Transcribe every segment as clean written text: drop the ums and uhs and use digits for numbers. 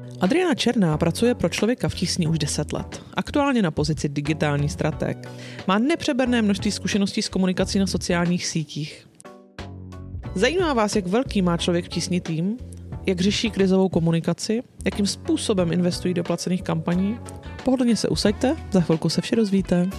Adriana Černá pracuje pro Člověka v tísni už 10 let. Aktuálně na pozici digitální strateg. Má nepřeberné množství zkušeností s komunikací na sociálních sítích. Zajímá vás, jak velký má Člověk v tísni tým? Jak řeší krizovou komunikaci? Jakým způsobem investují do placených kampaní? Pohodlně se usaďte, za chvilku se vše dozvíte.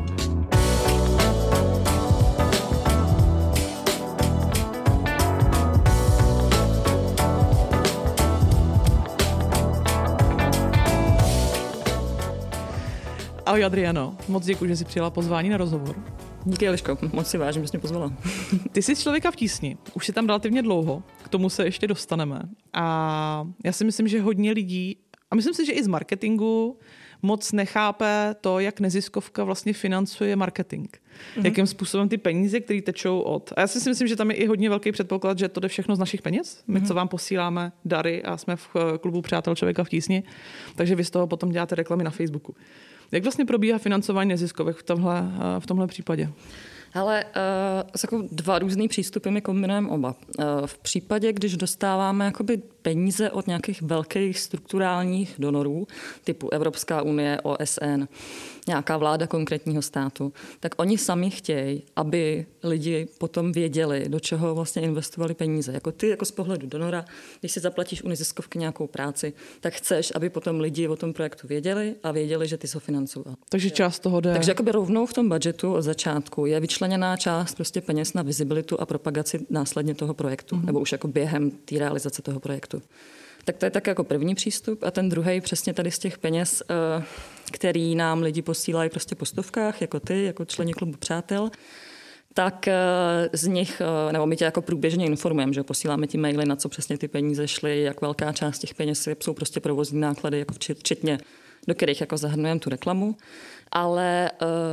Ahoj Adriano, moc děkuji, že jsi přijala pozvání na rozhovor. Díky, Eliško, moc si vážím, že jsi mě pozvala. Ty jsi Člověka v tísni, už jsi tam relativně dlouho, k tomu se ještě dostaneme. A já si myslím, že hodně lidí, a myslím si, že i z marketingu, moc nechápe to, jak neziskovka vlastně financuje marketing. Jakým způsobem ty peníze, které tečou od... A já si myslím, že tam je i hodně velký předpoklad, že to jde všechno z našich peněz. My, co vám posíláme dary a jsme v klubu Přátel Člověka v tísni, takže vy z toho potom děláte reklamy na Facebooku. Jak vlastně probíhá financování neziskovek v tomhle případě? Ale jako dva různý přístupy, my kombinujeme oba. V případě, když dostáváme jakoby peníze od nějakých velkých strukturálních donorů, typu Evropská unie, OSN, nějaká vláda konkrétního státu, tak oni sami chtějí, aby lidi potom věděli, do čeho vlastně investovali peníze. Jako ty, jako z pohledu donora, když si zaplatíš u neziskovky nějakou práci, tak chceš, aby potom lidi o tom projektu věděli a věděli, že ty jsi ho financoval. Takže část toho jde. Takže jakoby rovnou v tom budžetu od začátku je vyčleněná část prostě peněz na vizibilitu a propagaci následně toho projektu, nebo už jako během té realizace toho projektu. Tak to je tak jako první přístup a ten druhý přesně tady z těch peněz, který nám lidi posílají prostě po stovkách, jako ty, jako členi klubu Přátel, tak z nich, nebo my tě jako průběžně informujeme, že posíláme ti maily, na co přesně ty peníze šly, jak velká část těch peněz jsou prostě provozní náklady, jako včetně, do kterých jako zahrnujeme tu reklamu, ale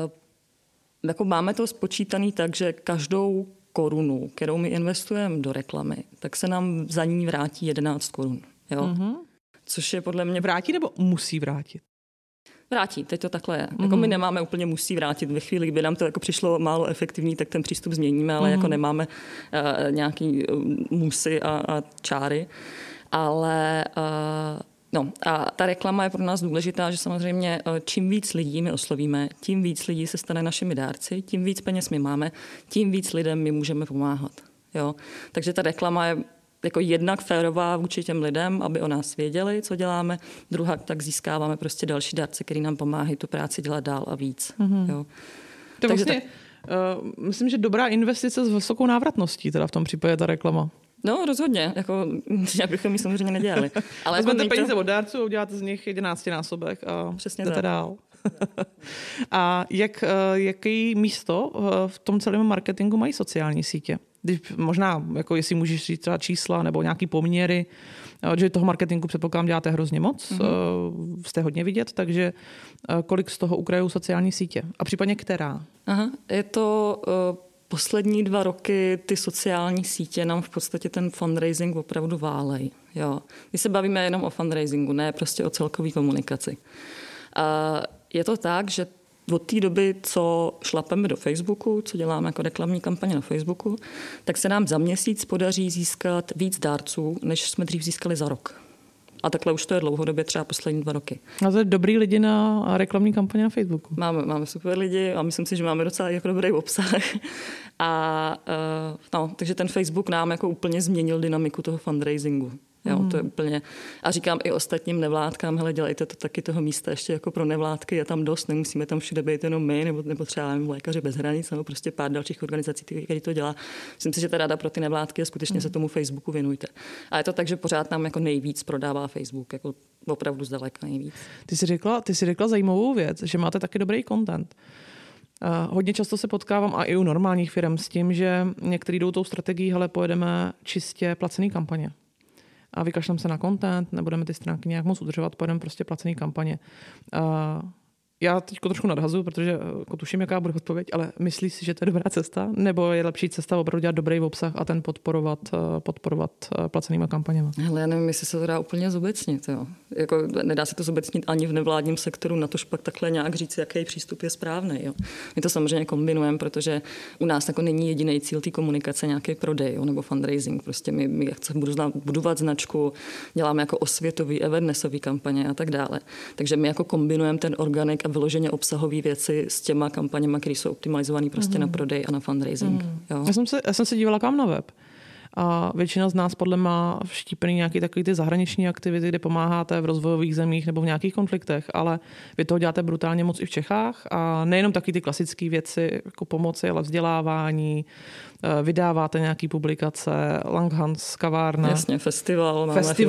jako máme to spočítaný tak, že každou korunu, kterou my investujeme do reklamy, tak se nám za ní vrátí 11 korun. Jo? Mm-hmm. Což je podle mě... Vrátí nebo musí vrátit? Vrátí, teď to takhle je. Jako my nemáme úplně musí vrátit. Ve chvíli, kdy nám to jako přišlo málo efektivní, tak ten přístup změníme, ale jako nemáme nějaký musy a čáry. Ale... No a ta reklama je pro nás důležitá, že samozřejmě čím víc lidí my oslovíme, tím víc lidí se stane našimi dárci, tím víc peněz my máme, tím víc lidem my můžeme pomáhat. Jo? Takže ta reklama je jako jednak férová vůči těm lidem, aby o nás věděli, co děláme, druhá tak získáváme prostě další dárce, který nám pomáhají tu práci dělat dál a víc. Jo? To vlastně, myslím, že dobrá investice s vysokou návratností, teda v tom případě ta reklama. No, rozhodně. Jako, jak bychom ji samozřejmě nedělali. Ale vezmete peníze od dárců a uděláte z nich 11násobek a přesně jdete dál. A jaký místo v tom celém marketingu mají sociální sítě? Když možná, jako jestli můžeš říct třeba čísla nebo nějaký poměry, že toho marketingu předpokládám děláte hrozně moc, jste hodně vidět, takže kolik z toho ukrajou sociální sítě? A případně která? Aha, je to... Poslední 2 roky ty sociální sítě nám v podstatě ten fundraising opravdu válej. Jo. My se bavíme jenom o fundraisingu, ne prostě o celkové komunikaci. A je to tak, že od té doby, co šlapeme do Facebooku, co děláme jako reklamní kampaně na Facebooku, tak se nám za měsíc podaří získat víc dárců, než jsme dřív získali za rok. A takhle už to je dlouhodobě, třeba poslední 2 roky. A to je dobrý lidi na reklamní kampaně na Facebooku. Máme super lidi a myslím si, že máme docela jako dobrý obsah. A takže ten Facebook nám jako úplně změnil dynamiku toho fundraisingu. Jo, to je úplně... A říkám i ostatním nevládkám, hele, dělejte to taky toho místa ještě jako pro nevládky, je tam dost, nemusíme tam všude být jenom my, nebo třeba Lékaři bez hranic, nebo prostě pár dalších organizací, které to dělá. Myslím si, že ta rada pro ty nevládky je skutečně se tomu Facebooku věnujte. A je to tak, že pořád nám jako nejvíc prodává Facebook, jako opravdu zdaleka nejvíc. Ty jsi řekla zajímavou věc, že máte taky dobrý content. Hodně často se potkávám a i u normálních firm s tím, že některý jdou tou strategií, hele, pojedeme čistě placený kampaně. A vykašlem se na content, nebudeme ty stránky nějak moc udržovat, pojedeme prostě placený kampaně. já teď trošku nadhazuju, protože tuším, jaká bude odpověď, ale myslíš si, že to je dobrá cesta? Nebo je lepší cesta opravdu dělat dobrý obsah a ten podporovat placenýma kampaněma? Hele, já nevím, jestli se to dá úplně zobecnit. Jo. Jako, nedá se to zobecnit ani v nevládním sektoru, natož pak takhle nějak říct, jaký přístup je správný. Jo. My to samozřejmě kombinujeme, protože u nás jako není jediný cíl té komunikace nějaký prodej, jo, nebo fundraising. Prostě my chceme budovat značku, děláme jako osvětový, awarenessový kampaně a tak dále. Takže my jako kombinujeme ten organik a vyloženě obsahové věci s těma kampaněma, které jsou optimalizované prostě na prodej a na fundraising. Jo. Já jsem se dívala kam na web. A většina z nás podle má vštípený nějaký takový ty zahraniční aktivity, kde pomáháte v rozvojových zemích nebo v nějakých konfliktech, ale vy toho děláte brutálně moc i v Čechách a nejenom taky ty klasické věci jako pomoci, ale vzdělávání, vydáváte nějaký publikace, Langhans, kavárna. Jasně, festival.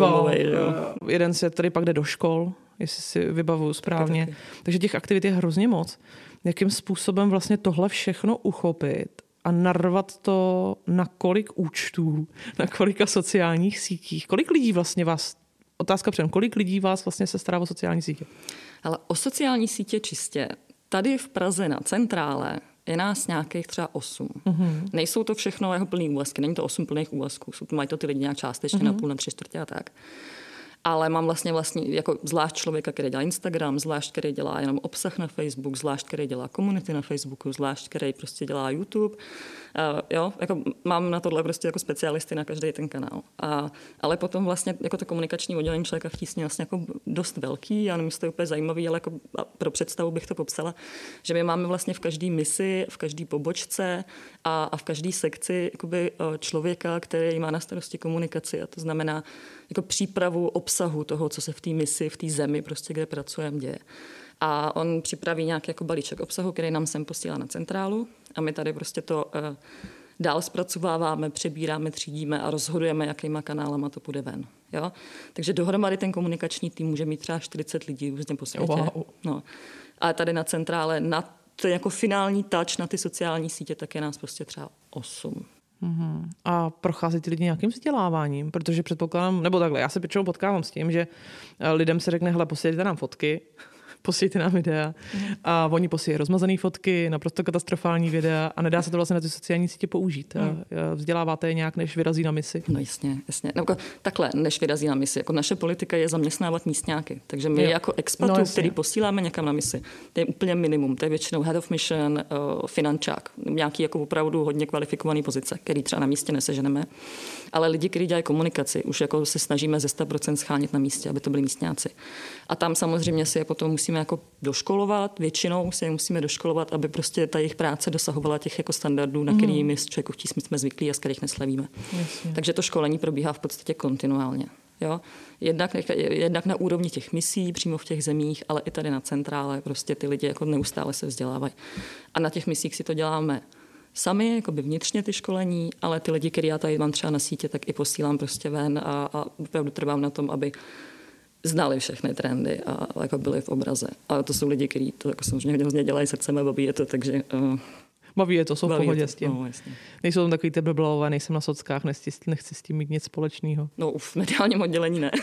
Jeden se tady pak jde do škol, jestli si vybavuju správně. Takže těch aktivit je hrozně moc. Jakým způsobem vlastně tohle všechno uchopit a narvat to na kolik účtů, na kolika sociálních sítích? Kolik lidí vlastně vás, otázka předem, kolik lidí vás vlastně se stará o sociální sítě? Ale o sociální sítě čistě. Tady v Praze na centrále je nás nějakých třeba 8. Nejsou to všechno jako plný úvazky, není to 8 plných úvazků. Mají to ty lidi nějak částečně na půl, na 3/4 a tak. Ale mám vlastně jako zvlášť člověka, který dělá Instagram, zvlášť, který dělá jenom obsah na Facebook, zvlášť, který dělá komunity na Facebooku, zvlášť, který prostě dělá YouTube. Jo, jako mám na tohle prostě jako specialisty na každý ten kanál. Ale potom vlastně jako to komunikační oddělení Člověka v tísni vlastně jako dost velký, já nevím, jestli to je úplně zajímavý, ale jako pro představu bych to popsala, že my máme vlastně v každé misi, v každé pobočce a v každé sekci jakoby člověka, který má na starosti komunikaci, a to znamená jako přípravu obsahu toho, co se v té misi, v té zemi, prostě, kde pracujeme, děje. A on připraví nějaký jako balíček obsahu, který nám sem posílá na centrálu a my tady prostě to dál zpracováváme, přebíráme, třídíme a rozhodujeme, jakýma kanálama to půjde ven. Jo? Takže dohromady ten komunikační tým může mít třeba 40 lidí různě po světě. Wow. No. A tady na centrále, na to jako finální touch na ty sociální sítě, tak je nás prostě třeba 8. A prochází ty lidi nějakým vzděláváním? Protože předpokládám, nebo takhle, já se většinou potkávám s tím, že lidem se řekne, hele, posílejte nám fotky, posílejte nám videa a oni posílají rozmazané fotky, naprosto katastrofální videa a nedá se to vlastně na ty sociální sítě použít. Vzděláváte je nějak, než vyrazí na misi? No jasně. No, takhle, než vyrazí na misi. Jako naše politika je zaměstnávat místňáky. Takže my jako expatů, který posíláme někam na misi, to je úplně minimum. To je většinou head of mission, finančák, nějaký jako opravdu hodně kvalifikovaný pozice, který třeba na místě neseženeme. Ale lidi, kteří dělají komunikaci, už jako se snažíme ze 100% schánit na místě, aby to byli místňáci. A tam samozřejmě si je potom musíme jako doškolovat, většinou si je musíme doškolovat, aby prostě ta jejich práce dosahovala těch jako standardů, na který my z Člověku v tísni jsme zvyklí a z kterých neslevíme. Jasně. Takže to školení probíhá v podstatě kontinuálně. Jo? Jednak na úrovni těch misí, přímo v těch zemích, ale i tady na centrále, prostě ty lidi jako neustále se vzdělávají. A na těch misích si to děláme sami, jakoby vnitřně ty školení, ale ty lidi, který já tady mám třeba na sítě, tak i posílám prostě ven a opravdu trvám na tom, aby znali všechny trendy a jako byli v obraze. A to jsou lidi, kteří to jako samozřejmě hodně dělají srdcem a baví je to, takže... Baví je to, jsou v pohodě s tím. No, jasně. Nejsou tam takový ty blblové, nejsem na sockách, nechci s tím mít nic společného. No v mediálním oddělení ne.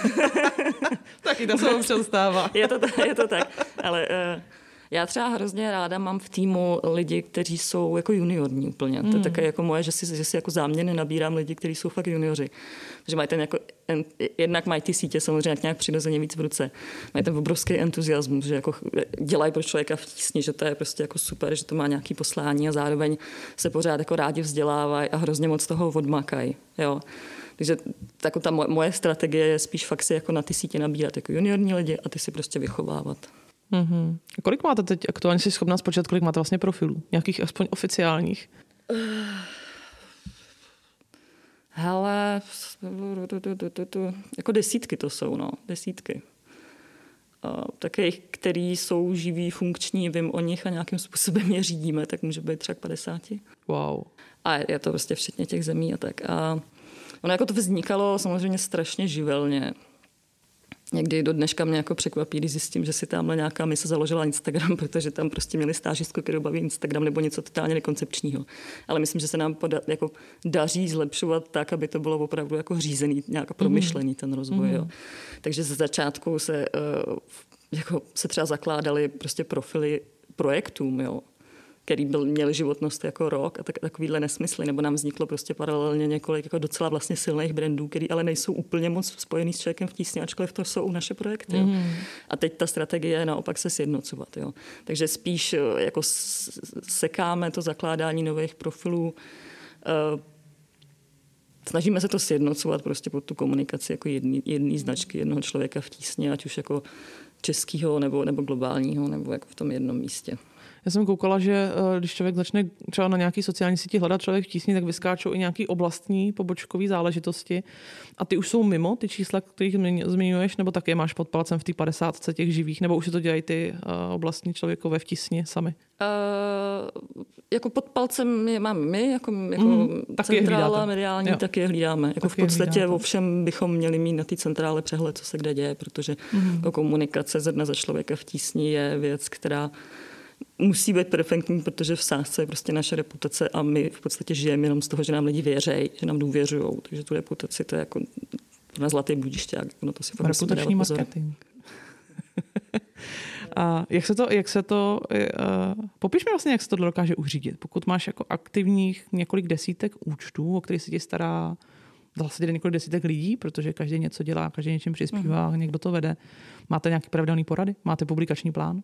Taky to se občas stává. je to tak, ale... Já třeba hrozně ráda mám v týmu lidi, kteří jsou jako juniorní úplně. To je také jako moje, že si jako záměrně nabírám lidi, kteří jsou fakt junioři. Takže mají ten jako, jednak mají ty sítě samozřejmě nějak přirozeně víc v ruce. Mají ten obrovský entuziasmus, že jako dělají pro Člověka v tísni, že to je prostě jako super, že to má nějaký poslání a zároveň se pořád jako rádi vzdělávají a hrozně moc toho odmakají. Jo. Takže jako ta moje strategie je spíš fakt si jako na ty sítě nabírat jako juniorní lidi a ty si prostě vychovávat. Mm-hmm. Kolik máte teď aktuálně, jsi schopná spočítat, kolik máte vlastně profilů? Nějakých aspoň oficiálních? Hele, jako desítky to jsou, no, desítky. Takových, který jsou živí, funkční, vím o nich a nějakým způsobem je řídíme, tak může být třeba 50. Wow. A je to prostě včetně těch zemí a tak. A ono jako to vznikalo samozřejmě strašně živelně. Někdy do dneška mě jako překvapí, když zjistím, že si tamhle nějaká mise založila Instagram, protože tam prostě měli stážistku, kterou baví Instagram nebo něco totálně nekoncepčního. Ale myslím, že se nám jako daří zlepšovat tak, aby to bylo opravdu jako řízený, nějak promyšlený ten rozvoj. Jo. Takže ze začátku se jako se třeba zakládaly prostě profily projektům, jo, který měli životnost jako rok a takovýhle nesmysly, nebo nám vzniklo prostě paralelně několik jako docela vlastně silných brandů, který ale nejsou úplně moc spojený s Člověkem v tísni, ačkoliv to jsou naše projekty. Jo. A teď ta strategie je naopak se sjednocovat. Jo. Takže spíš jako sekáme to zakládání nových profilů, snažíme se to sjednocovat prostě pod tu komunikaci jako jedný značky jednoho Člověka v tísni, ať už jako českého nebo globálního, nebo jako v tom jednom místě. Já jsem koukala, že když člověk začne třeba na nějaký sociální síti hledat Člověk v tísni, tak vyskáčou i nějaký oblastní pobočkové záležitosti. A ty už jsou mimo ty čísla, kterých zmiňuješ, nebo taky máš pod palcem v té 50 těch živých, nebo už si to dělají ty oblastní člověkové v tísni sami? Jako pod palcem je máme my, jako centrála mediální, jo. Tak je hlídáme. Jako v podstatě ovšem bychom měli mít na té centrále přehled, co se kde děje, protože komunikace ze dne za Člověka v tísni je věc, která musí být perfektní, protože v sázce je prostě naše reputace a my v podstatě žijeme jenom z toho, že nám lidi věří, že nám důvěřují. Takže tu reputaci to je jako na zlatý budišťák. No to si fakt reputační marketing. A jak se to popiš mi vlastně, jak se to dokáže uřídit. Pokud máš jako aktivních několik desítek účtů, o kterých se ti stará vlastně několik desítek lidí, protože každý něco dělá, každý něčím přispívá, někdo to vede. Máte nějaké pravidelné porady? Máte publikační plán?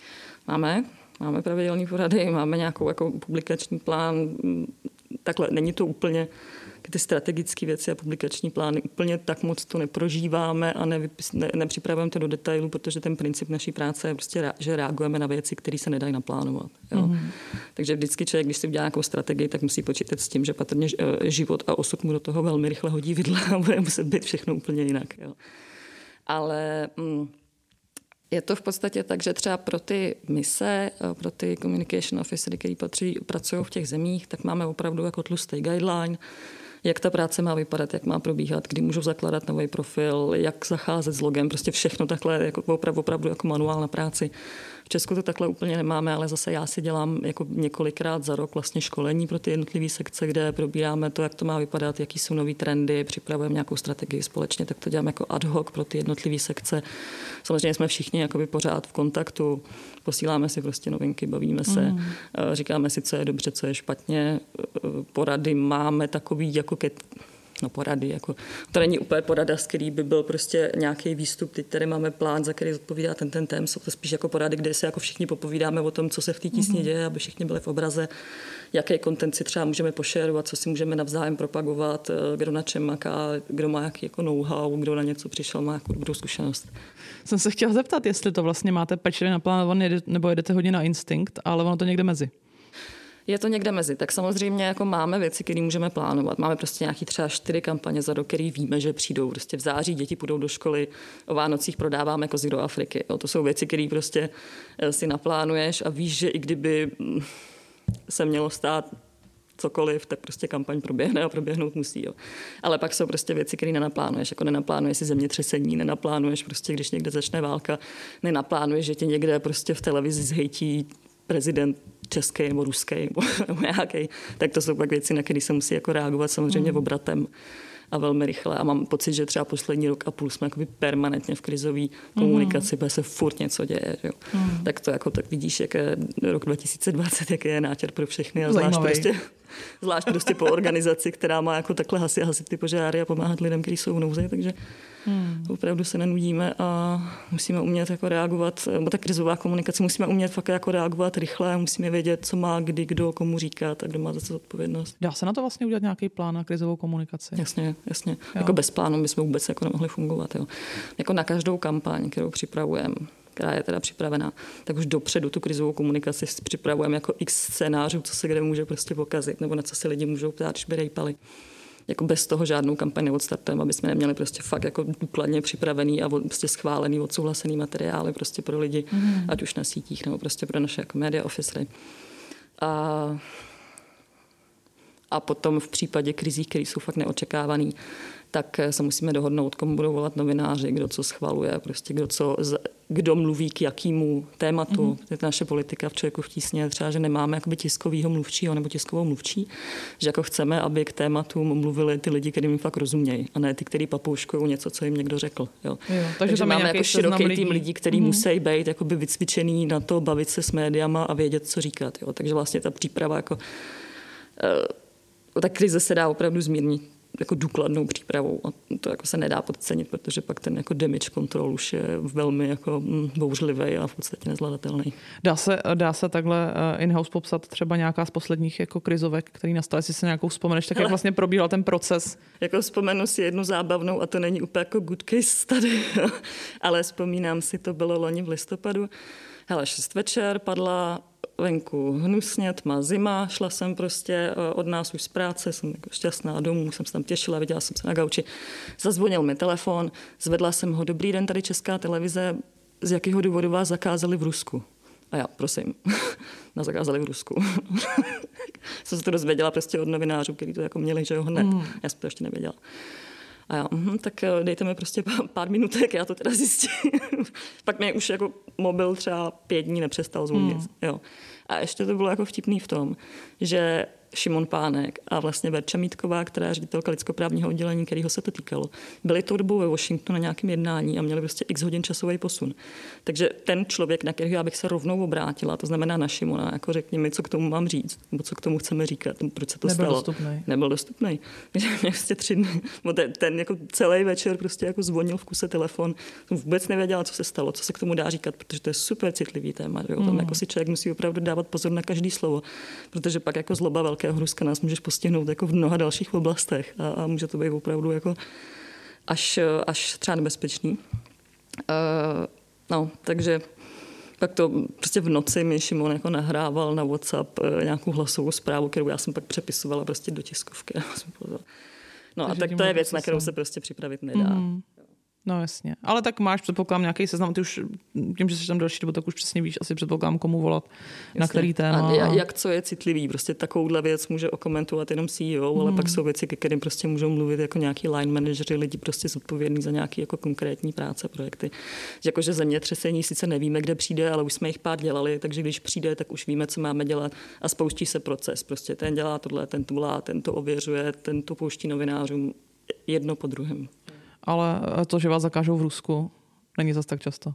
Máme pravidelné porady, máme nějakou jako publikační plán. Takhle, není to úplně ty strategické věci a publikační plány. Úplně tak moc to neprožíváme a nepřipravujeme to do detailu, protože ten princip naší práce je prostě, že reagujeme na věci, které se nedají naplánovat. Jo? Takže vždycky člověk, když si udělá nějakou strategii, tak musí počítat s tím, že patrně život a osud mu do toho velmi rychle hodí vidle a bude muset být všechno úplně jinak. Jo? Ale je to v podstatě tak, že třeba pro ty mise, pro ty communication officery, kteří pracují v těch zemích, tak máme opravdu jako tlustý guideline, jak ta práce má vypadat, jak má probíhat, kdy můžou zakládat nový profil, jak zacházet s logem, prostě všechno takhle jako opravdu jako manuál na práci. V Česku to takhle úplně nemáme, ale zase já si dělám jako několikrát za rok vlastně školení pro ty jednotlivé sekce, kde probíráme to, jak to má vypadat, jaký jsou nový trendy, připravujeme nějakou strategii společně, tak to děláme jako ad hoc pro ty jednotlivé sekce. Samozřejmě jsme všichni jakoby pořád v kontaktu, posíláme si prostě novinky, bavíme se, říkáme si, co je dobře, co je špatně. Porady máme takový jako porady, jako to není úplně porada, z který by byl prostě nějaký výstup, teď tady máme plán, za který odpovídá ten tém, jsou to spíš jako porady, kde se jako všichni popovídáme o tom, co se v té tísni děje, aby všichni byli v obraze, jaký content si třeba můžeme pošerovat, co si můžeme navzájem propagovat, kdo na čem maká, kdo má jaký jako know-how, kdo na něco přišel, má jako dobrou zkušenost. Jsem se chtěla zeptat, jestli to vlastně máte pečlivě naplánované, nebo jedete hodně na instinkt, ale ono to někde mezi. Je to někde mezi. Tak samozřejmě jako máme věci, které můžeme plánovat. Máme prostě nějaký třeba 4 kampaně za rok, který víme, že přijdou. Prostě v září děti půjdou do školy, o Vánocích prodáváme kozy do Afriky. Jo, to jsou věci, které prostě si naplánuješ a víš, že i kdyby se mělo stát cokoliv, tak prostě kampaň proběhne a proběhnout musí. Jo. Ale pak jsou prostě věci, které nenaplánuješ. Jako nenaplánuješ si zemětřesení, nenaplánuješ prostě, když někde začne válka, nenaplánuješ, že tě někde prostě v televizi zhejtí prezident český nebo ruský nebo nějaký, tak to jsou pak věci, na které se musí jako reagovat samozřejmě obratem a velmi rychle. A mám pocit, že třeba poslední rok a půl jsme jakoby permanentně v krizové komunikaci, protože se furt něco děje. Jo. Tak to jako tak vidíš, jak je rok 2020, jaký je nátěr pro všechny a zvlášť prostě po organizaci, která má jako takhle hasit ty požáry a pomáhat lidem, kteří jsou v nouzi, takže opravdu se nenudíme a musíme umět jako reagovat, bo ta krizová komunikace musíme umět fakt jako reagovat rychle, musíme vědět, co má kdy, kdo, komu říkat a kdo má za co odpovědnost. Dá se na to vlastně udělat nějaký plán na krizovou komunikaci? Jasně. Jo. Jako bez plánu bychom vůbec jako nemohli fungovat. Jo. Jako na každou kampaň, kterou připravujeme, která je teda připravená, tak už dopředu tu krizovou komunikaci připravujeme jako x scénářů, co se kde může prostě pokazit, nebo na co se lidi můžou ptát, když by rejpali. Jako bez toho žádnou kampaň neodstartujeme, aby jsme neměli prostě fakt jako důkladně připravený a prostě schválený, odsouhlasený materiály prostě pro lidi, ať už na sítích, nebo prostě pro naše jako media officery. A potom v případě krizí, které jsou fakt neočekávaný, tak se musíme dohodnout, komu budou volat novináři, kdo co schvaluje, prostě kdo mluví k jakýmu tématu. Je to naše politika v Člověku v tísni, třeba, že nemáme jakoby tiskovýho mluvčího nebo tiskovou mluvčí, že jako chceme, aby k tématům mluvili ty lidi, kterým jim fakt rozumějí, a ne ty, kteří papouškují něco, co jim někdo řekl. Jo. Takže máme jako široký tým lidí, kteří musí být jakoby vycvičený na to, bavit se s médiama a vědět, co říkat. Jo. Takže vlastně ta příprava jako ta krize se dá opravdu zmírnit jako důkladnou přípravou, a to jako se nedá podcenit, protože pak ten jako damage control už je velmi jako bouřlivý a v podstatě nezvladatelný. Dá se takhle in-house popsat třeba nějaká z posledních jako krizovek, který nastal, jestli se nějakou vzpomeneš, tak jak vlastně probíhal ten proces? Jako vzpomenu si jednu zábavnou, a to není úplně jako good case tady, ale vzpomínám si, to bylo loni v listopadu. 6 večer, padla venku hnusně, tma, zima, šla jsem prostě od nás už z práce, jsem jako šťastná domů, jsem se tam těšila, viděla jsem se na gauči. Zazvonil mi telefon, zvedla jsem ho, dobrý den, tady Česká televize, z jakého důvodu vás zakázali v Rusku? A já, prosím, nás zakázali v Rusku. Jsem se to dozvěděla prostě od novinářů, kteří to jako měli, že jo, hned. Já jsem to ještě nevěděla. A já, tak dejte mi prostě pár minutek, já to teda zjistím. Pak mě už jako mobil třeba 5 dní nepřestal zvonit. Jo. A ještě to bylo jako vtipný v tom, že Šimon Pánek a vlastně Verča Mítková, která je ředitelka lidskoprávního oddělení, kterého se to týkalo, byli tou dobou ve Washingtonu na nějakém jednání a měli prostě x hodin časový posun. Takže ten člověk, na kterého já bych se rovnou obrátila, to znamená na Šimona, jako řekni mi, co k tomu mám říct, nebo co k tomu chceme říkat, proč se to stalo. Nebyl dostupný. Takže mě prostě 3 dny, ten jako celý večer prostě jako zvonil v kuse telefon, jsem vůbec nevěděla, co se stalo, co se k tomu dá říkat, protože to je super citlivý téma, jo? Tam jako si člověk musí opravdu dávat pozor na každý slovo, protože pak jako zloba velkého Ruska nás můžeš postihnout jako v mnoha dalších oblastech a může to být opravdu jako až třeba nebezpečný. Takže pak to prostě v noci mi Šimon jako nahrával na WhatsApp nějakou hlasovou zprávu, kterou já jsem pak přepisovala prostě do tiskovky. A tak to je věc, na kterou se prostě připravit nedá. No jasně. Ale tak máš, předpokládám, nějaký seznam, ty už tím, že jsi tam další dobu, tak už přesně víš, asi předpokládám, komu volat, jasně. Na který téma. A jak co je citlivý, prostě takovouhle věc může okomentovat jenom CEO, ale pak jsou věci, ke kterým prostě můžou mluvit jako nějaký line manažeři, lidi prostě zodpovědní za nějaký jako konkrétní práce, projekty. Jakože zemětřesení sice nevíme, kde přijde, ale už jsme jich pár dělali, takže když přijde, tak už víme, co máme dělat a spouští se proces. Prostě ten dělá tohle, ten to volá, ten to ověřuje, ten to pouští novinářům jedno po druhém. Ale to, že vás zakážou v Rusku, není zas tak často.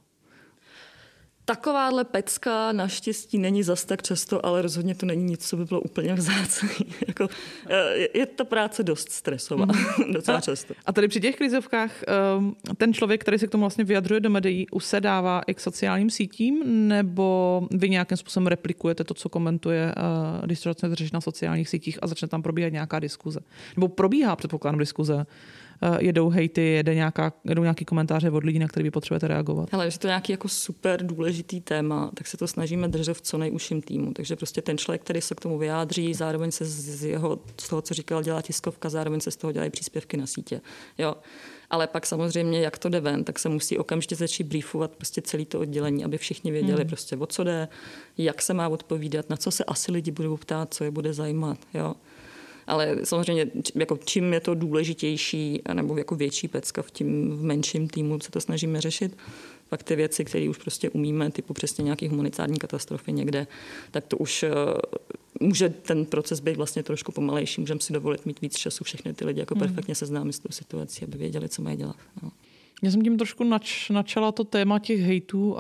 Takováhle pecka naštěstí není zas tak často, ale rozhodně to není nic, co by bylo úplně vzácné. Jako, je ta práce dost stresová, docela často. A tady při těch krizovkách ten člověk, který se k tomu vlastně vyjadřuje do médií, už se dává i k sociálním sítím, nebo vy nějakým způsobem replikujete to, co komentuje, když se začne řešit na sociálních sítích a začne tam probíhat nějaká diskuze? Nebo probíhá, předpokládám, diskuze? Jedou hejty, jedou nějaký komentáře od lidí, na které vy potřebujete reagovat. Ale že to je nějaký jako super důležitý téma, tak se to snažíme držet v co nejužším týmu. Takže prostě ten člověk, který se k tomu vyjádří, zároveň se z toho, co říkal, dělá tiskovka, zároveň se z toho dělají příspěvky na sítě. Jo. Ale pak samozřejmě, jak to jde ven, tak se musí okamžitě začít briefovat prostě celé to oddělení, aby všichni věděli prostě o co jde, jak se má odpovídat, na co se asi lidi budou ptát, co je bude zajímat. Jo. Ale samozřejmě, jako čím je to důležitější, nebo jako větší pecka v menším týmu se to snažíme řešit. Pak ty věci, které už prostě umíme, typu přesně nějaký humanitární katastrofy někde, tak to už může ten proces být vlastně trošku pomalejší. Můžeme si dovolit mít víc času všechny ty lidi jako perfektně seznámit s tou situací, aby věděli, co mají dělat. No. Já jsem tím trošku načala to téma těch hejtů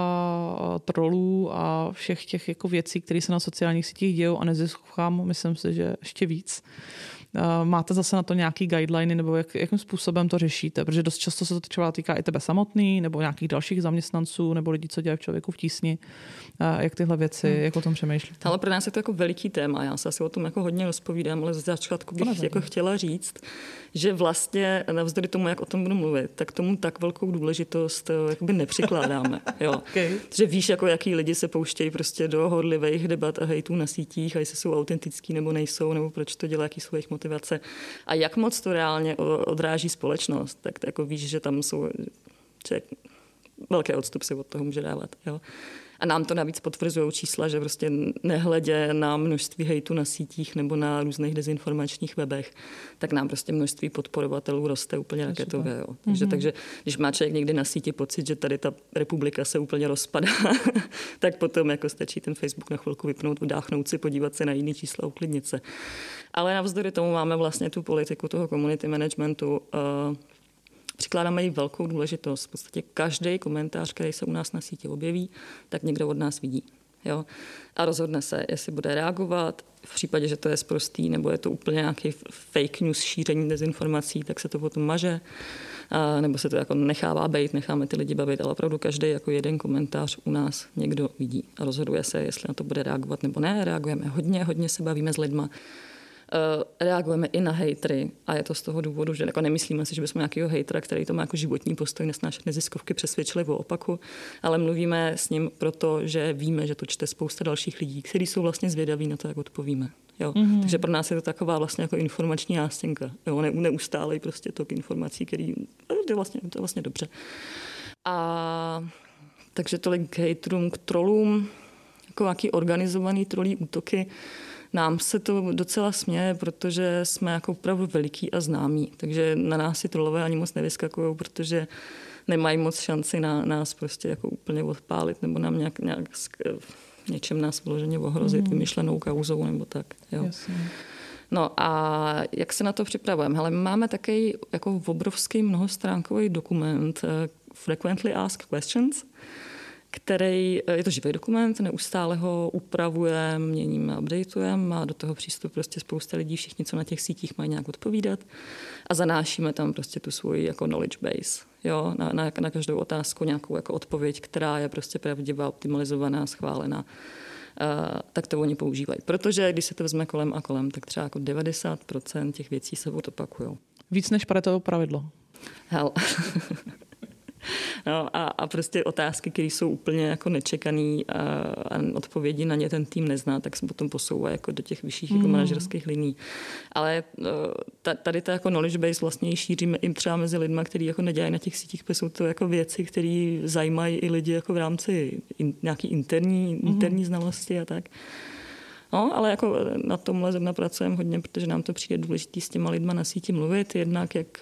a trolů a všech těch jako věcí, které se na sociálních sítích dějou a neziskovkám, myslím si, že ještě víc. Máte zase na to nějaký guideliny nebo jakým způsobem to řešíte? Protože dost často se to třeba týká i tebe samotný nebo nějakých dalších zaměstnanců nebo lidí, co dělají v Člověku v tísni. Jak tyhle věci, jak o tom přemýšlíte? Ale pro nás je to jako veliký téma. Já se asi o tom jako hodně rozpovídám, ale ze začátku bych jako chtěla říct, že vlastně navzdory tomu, jak o tom budu mluvit, tak tomu tak velkou důležitost jakoby nepřikládáme. Jo. Okay. Že víš, jako jaký lidi se pouštějí prostě do horlivých debat a hejtů na sítích a jestli jsou autentický nebo nejsou, nebo proč to dělá, jaký jsou jejich motivace a jak moc to reálně odráží společnost, tak jako víš, že tam jsou velký odstup se od toho může dávat. Jo. A nám to navíc potvrzují čísla, že prostě nehledě na množství hejtu na sítích nebo na různých dezinformačních webech, tak nám prostě množství podporovatelů roste úplně raketově. Jo. Takže když má člověk někdy na síti pocit, že tady ta republika se úplně rozpadá, tak potom jako stačí ten Facebook na chvilku vypnout, vdáchnout si, podívat se na jiný čísla, uklidnit se. Ale navzdory tomu máme vlastně tu politiku toho community managementu, přikládáme jí velkou důležitost. V podstatě každý komentář, který se u nás na síti objeví, tak někdo od nás vidí. Jo? A rozhodne se, jestli bude reagovat. V případě, že to je sprostý, nebo je to úplně nějaký fake news, šíření dezinformací, tak se to potom maže. Nebo se to jako nechává bejt, necháme ty lidi bavit, ale opravdu každý jako jeden komentář u nás někdo vidí. A rozhoduje se, jestli na to bude reagovat nebo ne. Reagujeme hodně se bavíme s lidma. Reagujeme i na hejtry a je to z toho důvodu, že jako nemyslíme si, že bychom nějakého hejtra, který to má jako životní postoj, nesnášet neziskovky, přesvědčili o opaku, ale mluvíme s ním proto, že víme, že to čte spousta dalších lidí, kteří jsou vlastně zvědaví na to, jak odpovíme. Jo. Takže pro nás je to taková vlastně jako informační nástěnka. Jo. Neustálej prostě tok informací, který to je vlastně dobře. A takže tolik k hejtrům, k trolům, jako nějaký organizovaný trolí útoky. Nám se to docela směje, protože jsme jako opravdu veliký a známí. Takže na nás si trolové ani moc nevyskakují, protože nemají moc šanci na nás prostě jako úplně odpálit nebo nám nějak něčem nás vyloženě ohrozit, vymyšlenou kauzou nebo tak. Jo. Jasně. No a jak se na to připravujeme? Hele, my máme takový jako obrovský mnohostránkový dokument Frequently Asked Questions, který, je to živý dokument, neustále ho upravujeme, měníme, updatujeme, má do toho přístup prostě spousta lidí, všichni, co na těch sítích mají nějak odpovídat a zanášíme tam prostě tu svoji jako knowledge base. Jo? Na každou otázku nějakou jako odpověď, která je prostě pravdivá, optimalizovaná, schválená. Tak to oni používají. Protože když se to vezme kolem a kolem, tak třeba jako 90% těch věcí se opakují. Víc než Paretovo pravidlo. Hell. No a prostě otázky, které jsou úplně jako nečekaný a odpovědi na ně ten tým nezná, tak se potom posouvá jako do těch vyšších jako manažerských liní. Ale tady ta jako knowledge base vlastně šíříme i třeba mezi lidma, kteří jako nedělají na těch sítích, protože jsou to jako věci, které zajímají i lidi jako v rámci nějaký interní znalosti a tak. No, ale jako na tomhle zrovna pracujeme hodně, protože nám to přijde důležitý s těma lidma na síti mluvit, jednak jak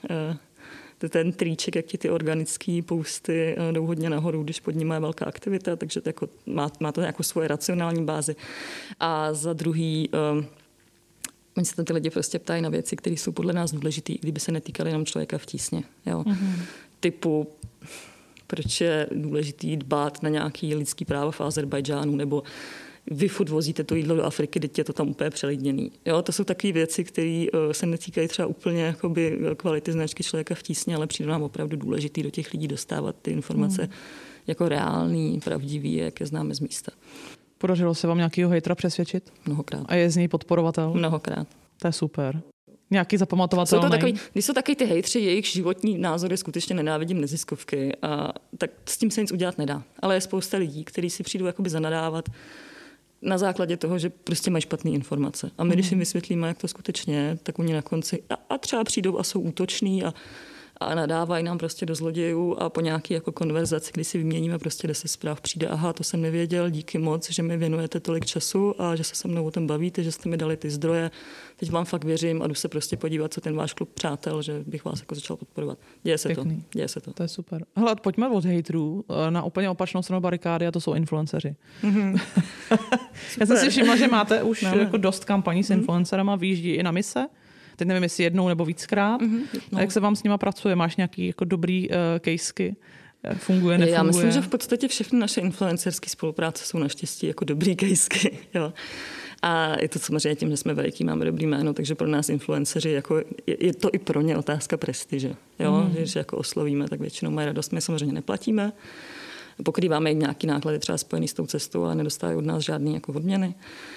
ten triček, jak ti ty organické posty jdou hodně nahoru, když pod nimi je velká aktivita, takže to jako má to nějakou svoje racionální bázi. A za druhý, oni se tam ty lidi prostě ptají na věci, které jsou podle nás důležité, i kdyby se netýkaly jenom člověka v tísně. Jo. Typu, proč je důležitý dbát na nějaký lidský práva v Azerbajdžánu, nebo vy furt vozíte to jídlo do Afriky, teď je to tam úplně přelidněný. Jo, to jsou takové věci, které se netýkají třeba úplně jakoby kvality značky člověka v tísni, ale přijde nám opravdu důležitý do těch lidí dostávat ty informace jako reální, pravdivý, jak je známe z místa. Podařilo se vám nějakýho hejtra přesvědčit? Mnohokrát. A je z něj podporovatel? Mnohokrát. To je super. Nějaký zapamatovatelný? Když jsou takový ty hejtři, jejich životní názory skutečně nenávidím neziskovky, tak s tím se nic udělat nedá. Ale je spousta lidí, kteří si přijdou jakoby zanadávat na základě toho, že prostě mají špatné informace. A my, když jim vysvětlíme, jak to skutečně je, tak oni na konci a třeba přijdou a jsou útoční a nadávají nám prostě do zlodějů a po nějaké jako konverzaci, kdy si vyměníme prostě 10 zpráv, přijde, aha, to jsem nevěděl, díky moc, že mi věnujete tolik času a že se se mnou o tom bavíte, že jste mi dali ty zdroje. Teď vám fakt věřím a jdu se prostě podívat, co ten váš klub přátel, že bych vás jako začal podporovat. Děje se to. To je super. Hele, pojďme od hejtrů na úplně opačnou stranu barikády a to jsou influenceři. Já jsem si všimla, že máte už jako dost kampaní s influencerama, vyjíždí i na mise. Teď nevím, jestli jednou nebo víckrát. A jak se vám s nima pracuje? Máš nějaký jako dobrý caseky? Funguje, nefunguje? Já myslím, že v podstatě všechny naše influencerské spolupráce jsou naštěstí jako dobrý caseky. Jo. A je to samozřejmě tím, že jsme veliký, máme dobrý jméno, takže pro nás influenceři, jako je to i pro ně otázka prestiže. Jo? Že jako oslovíme, tak většinou mají radost. My samozřejmě neplatíme. Pokrýváme jim nějaký náklady třeba spojený s tou cestou, ale nedostávají od nás žádný jako odměny.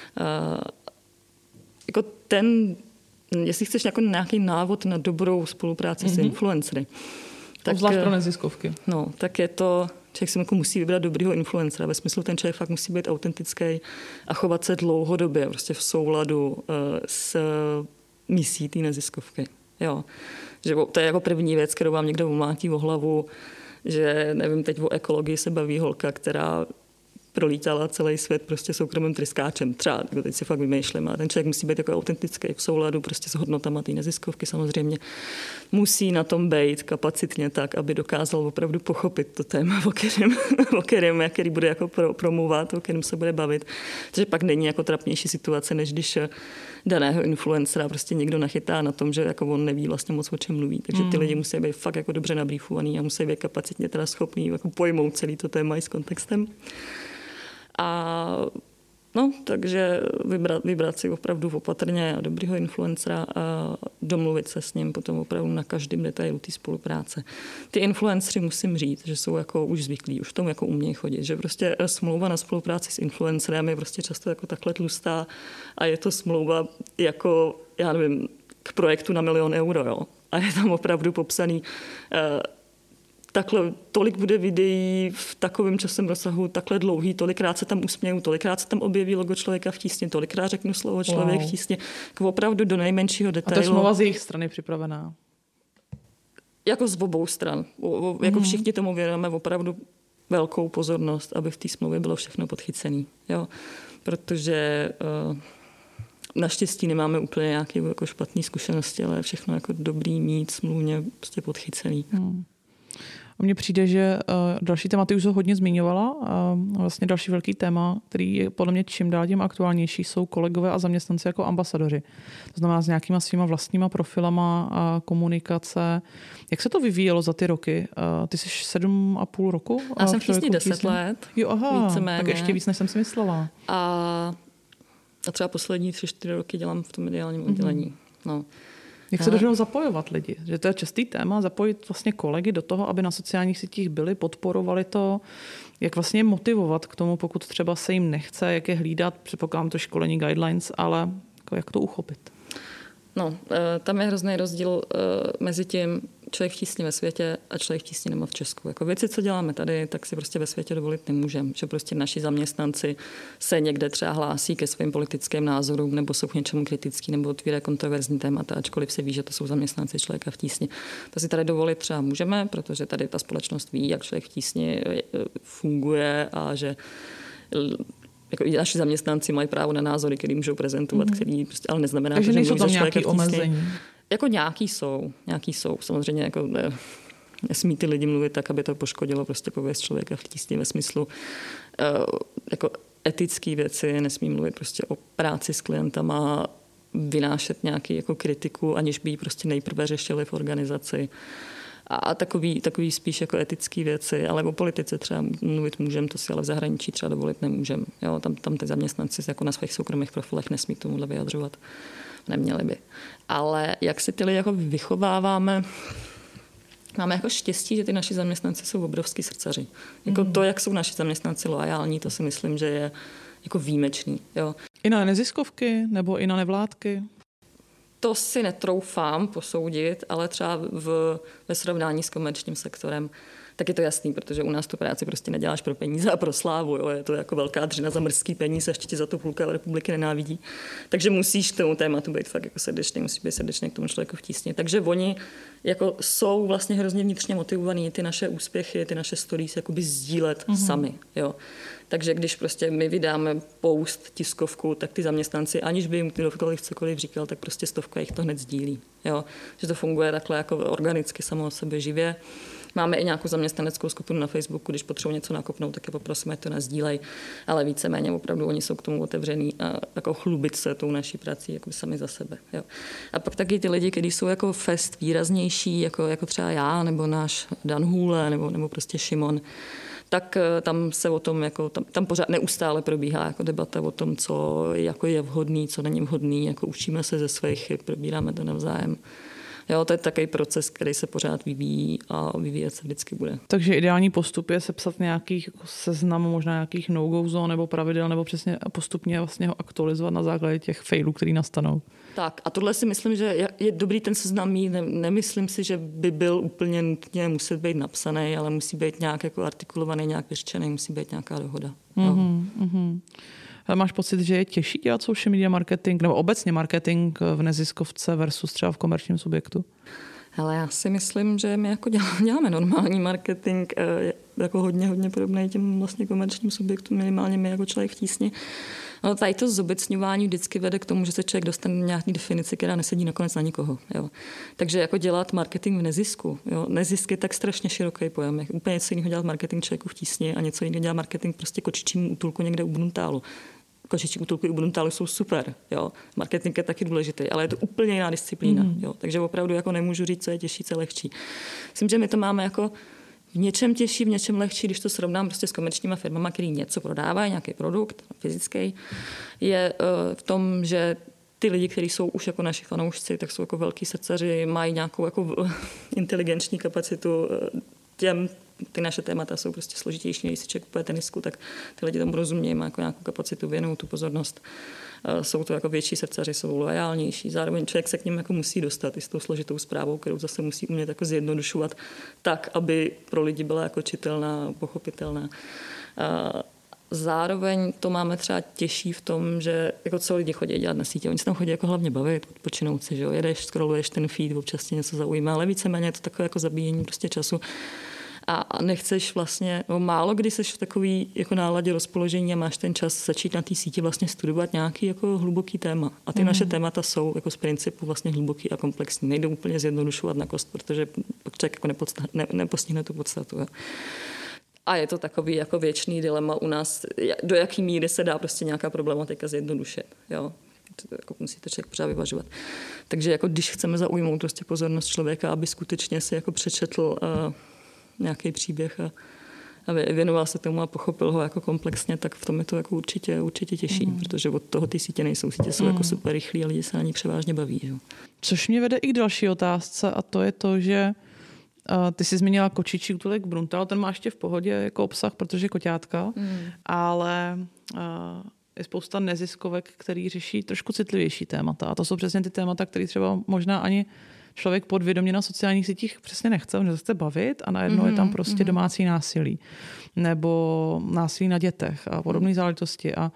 Jako jestli chceš jako nějaký návod na dobrou spolupráci s influencery. Zvlášť pro neziskovky. No, tak je to, člověk si jako musí vybrat dobrýho influencera. Ve smyslu, ten člověk fakt musí být autentický a chovat se dlouhodobě, prostě v souladu s misí té neziskovky. Jo. Že to je jako první věc, kterou vám někdo umlátí o hlavu. že nevím, teď o ekologii se baví holka, která prolítala celý svět prostě soukromým tryskáčem. Třeba, teď si fakt vymýšlím, a ten člověk musí být jako autentický v souladu prostě s hodnotama té neziskovky samozřejmě. Musí na tom být kapacitně tak, aby dokázal opravdu pochopit to téma, o který bude jako promluvat, o kterém se bude bavit. Takže pak není jako trapnější situace, než když daného influencera prostě někdo nachytá na tom, že jako on neví vlastně moc, o čem mluví. Takže ty lidi musí být fakt jako dobře nabrýfovaný a musí být kapacitně teda schopný jako pojmout celý to téma i s kontextem. A no, takže vybrat si opravdu opatrně a dobrýho influencera a domluvit se s ním potom opravdu na každém detailu té spolupráce. Ty influenceri musím říct, že jsou jako už zvyklí, už v tom jako umějí chodit, že prostě smlouva na spolupráci s influencerem je prostě často jako takhle tlustá a je to smlouva jako, já nevím, k projektu na 1 000 000 euro, jo. A je tam opravdu popsaný takhle, tolik bude videí v takovém časovém rozsahu, takhle dlouhý, tolikrát se tam usměju, tolikrát se tam objeví logo Člověka v tísni, tolikrát řeknu slovo Člověk v tísni, opravdu do nejmenšího detailu. A to je smlouva z jejich strany připravená? Jako z obou stran. Jako všichni tomu věnujeme opravdu velkou pozornost, aby v té smlouvě bylo všechno podchycené. Protože naštěstí nemáme úplně nějaké jako špatné zkušenosti, ale všechno jako dobrý mít smluvně prostě podchycený. A mně přijde, že další tématy už ho hodně zmiňovala. Vlastně další velký téma, který je podle mě čím dál tím aktuálnější, jsou kolegové a zaměstnanci jako ambasadoři. To znamená s nějakýma svýma vlastníma profilama a komunikace. Jak se to vyvíjelo za ty roky? Ty jsi 7,5 roku? Já jsem v tísni 10 let. Jo, aha, víceméně. Tak ještě víc, než jsem si myslela. A třeba poslední 3-4 roky dělám v tom mediálním oddělení. No. Jak se dařilo zapojovat lidi? Že to je častý téma, zapojit vlastně kolegy do toho, aby na sociálních sítích byli, podporovali to. Jak vlastně motivovat k tomu, pokud třeba se jim nechce, jak je hlídat, předpokládám to školení guidelines, ale jak to uchopit? No, tam je hrozný rozdíl mezi tím Člověk v tísni ve světě a Člověk v tísni nebo v Česku. Jako věci, co děláme tady, tak si prostě ve světě dovolit nemůžeme. Že prostě naši zaměstnanci se někde třeba hlásí ke svým politickým názorům nebo jsou k něčemu kritický nebo otvírají kontroverzní témata, ačkoliv se ví, že to jsou zaměstnanci Člověka v tísni. To si tady dovolit třeba můžeme, protože tady ta společnost ví, jak Člověk v tísni funguje a že jako i naši zaměstnanci mají právo na názory, který můžou prezentovat, který prostě, ale neznamená, takže že nejsou tam nějaké omezení. Jako nějaký jsou. Samozřejmě jako nesmí ty lidi mluvit tak, aby to poškodilo prostě pověst Člověka v tísni ve smyslu jako etické věci, nesmí mluvit prostě o práci s klientama, vynášet nějaký jako kritiku, aniž by ji prostě nejprve řešili v organizaci. A takový spíš jako etické věci, ale o politice třeba mluvit můžeme, to si ale v zahraničí třeba dovolit nemůžeme. Jo, tam ty zaměstnanci jako na svých soukromých profilech nesmí k tomuhle vyjadřovat. Neměli by. Ale jak si ty lidi jako vychováváme, máme jako štěstí, že ty naši zaměstnanci jsou obrovský srdcaři. Jako to, jak jsou naši zaměstnanci loajální, to si myslím, že je jako výjimečný. Jo. I na neziskovky nebo i na nevládky? To si netroufám posoudit, ale třeba ve srovnání s komerčním sektorem, tak je to jasný, protože u nás tu práci prostě neděláš pro peníze a pro slávu. Jo. Je to jako velká dřina za mrzký peníze, ještě ti za to půlka republiky nenávidí. Takže musíš k tomu tématu být fakt jako srdečný, musíš být srdečný k tomu Člověku v tísni. Takže oni jako jsou vlastně hrozně vnitřně motivovaní ty naše úspěchy, ty naše stories jakoby sdílet sami. Jo. Takže když prostě my vydáme post, tiskovku, tak ty zaměstnanci, aniž by jim kdokoliv cokoliv říkal, tak prostě 100 jich to hned sdílí. Jo. Že to funguje takhle jako organicky, samo o sobě živě. Máme i nějakou zaměstnaneckou skupinu na Facebooku, když potřebují něco nakopnout, tak je poprosíme, ať to nasdílej, ale víceméně opravdu oni jsou k tomu otevření a jako chlubit se tou naší prací jako sami za sebe. Jo. A pak taky ty lidi, kteří jsou jako fest výraznější, jako třeba já, nebo náš Dan Hůle, nebo prostě Šimon, tak tam se o tom, jako, tam pořád neustále probíhá jako debata o tom, co jako je vhodný, co není vhodný, jako učíme se ze svých chyb, probíráme to navzájem. Jo, to je takový proces, který se pořád vyvíjí a vyvíjet se vždycky bude. Takže ideální postup je sepsat nějakých seznam, možná nějakých no-go zón nebo pravidel, nebo přesně postupně vlastně ho aktualizovat na základě těch failů, který nastanou. Tak a tohle si myslím, že je dobrý ten seznam mít. Nemyslím si, že by byl úplně nutně muset být napsaný, ale musí být nějak jako artikulovaný, nějak vyřčený, musí být nějaká dohoda. Máš pocit, že je těžší dělat social media marketing nebo obecně marketing v neziskovce versus třeba v komerčním subjektu? Ale já si myslím, že my jako děláme normální marketing, jako hodně podobný těm vlastně komerčním subjektům, minimálně my jako Člověk v tísni. No, tady to zobecňování vždycky vede k tomu, že se člověk dostane do nějaké definice, která nesedí nakonec na nikoho. Jo. Takže jako dělat marketing v nezisku. Jo. Nezisk je tak strašně široký pojem. Úplně něco jiného dělat marketing Člověku v tísni a něco jiného dělat marketing prostě kočičímu útulku někde u Bruntálu. Kočičí útulky u Bruntálu jsou super. Jo. Marketing je taky důležitý, ale je to úplně jiná disciplína. Jo. Takže opravdu jako nemůžu říct, co je těžší, co je lehčí. Myslím, že my to máme jako v něčem těžší, v něčem lehčí, když to srovnám prostě s komerčníma firmama, který něco prodávají, nějaký produkt fyzický, je v tom, že ty lidi, kteří jsou už jako naši fanoušci, tak jsou jako velký srdcaři, mají nějakou jako inteligenční kapacitu. Ty naše témata jsou prostě složitější, když si člověk kupuje tenisku, tak ty lidi tomu rozumějí, má jako nějakou kapacitu, věnují tu pozornost. Jsou to jako větší srdcaři, jsou loajálnější. Zároveň člověk se k ním jako musí dostat i s tou složitou zprávou, kterou zase musí umět jako zjednodušovat tak, aby pro lidi byla jako čitelná, pochopitelná. Zároveň to máme třeba těžší v tom, že jako co lidi chodí dělat na sítě. Oni se tam chodí jako hlavně bavit, odpočinout si, že jo? Jedeš, scrolluješ ten feed, občas tě něco zaujme, ale víceméně je to takové jako zabíjení prostě času. A nechceš vlastně, no málo kdy seš v takový jako náladě rozpoložení a máš ten čas začít na té síti vlastně studovat nějaký jako hluboký téma. A ty naše témata jsou jako z principu vlastně hluboký a komplexní. Nejdou úplně zjednodušovat na kost, protože člověk jako nepostihne tu podstatu. Jo. A je to takový jako věčný dilema u nás, do jaký míry se dá prostě nějaká problematika zjednodušit. Jo. To jako musíte člověk pořád vyvažovat. Takže jako když chceme zaujmout prostě pozornost člověka, aby skutečně si jako přečetl nějaký příběh a věnoval se tomu a pochopil ho jako komplexně, tak v tom je to jako určitě těžší, protože od toho ty sítě nejsou. Sítě jsou jako super rychlí a lidi se na ní převážně baví. Že? Což mě vede i k další otázce a to je to, že ty jsi zmínila kočičí útulek Bruntal, ten má ještě v pohodě jako obsah, protože je koťátka, ale je spousta neziskovek, který řeší trošku citlivější témata a to jsou přesně ty témata, které třeba možná ani člověk podvědomě na sociálních sítích přesně nechce, on se chce bavit a najednou je tam prostě domácí násilí nebo násilí na dětech a podobné záležitosti. A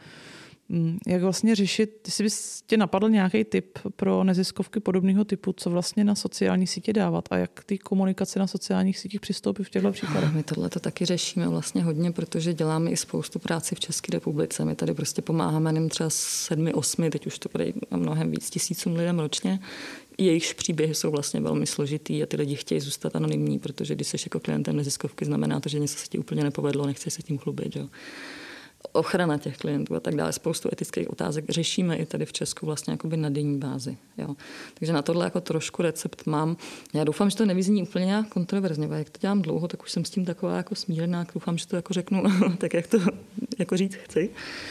jak vlastně řešit, jestli bys tě napadl nějaký tip pro neziskovky podobného typu, co vlastně na sociální sítě dávat a jak ty komunikace na sociálních sítích přistoupí v těchto případech? My tohle to taky řešíme vlastně hodně, protože děláme i spoustu práci v České republice. My tady prostě pomáháme nevím, třeba 7, 8, teď už to bude mnohem víc tisícům lidem ročně. Jejichž příběhy jsou vlastně velmi složitý a ty lidi chtějí zůstat anonymní, protože když jsi jako klientem neziskovky, znamená to, že něco se ti úplně nepovedlo, nechceš se tím chlubit. Jo. Ochrana těch klientů a tak dále. Spoustu etických otázek řešíme i tady v Česku vlastně jakoby na denní bázi. Jo. Takže na tohle jako trošku recept mám. Já doufám, že to nevyzní úplně nějak kontroverzně, jak to dělám dlouho, tak už jsem s tím taková jako smířená, doufám, že to jako řeknu tak, jak to jako říct chci.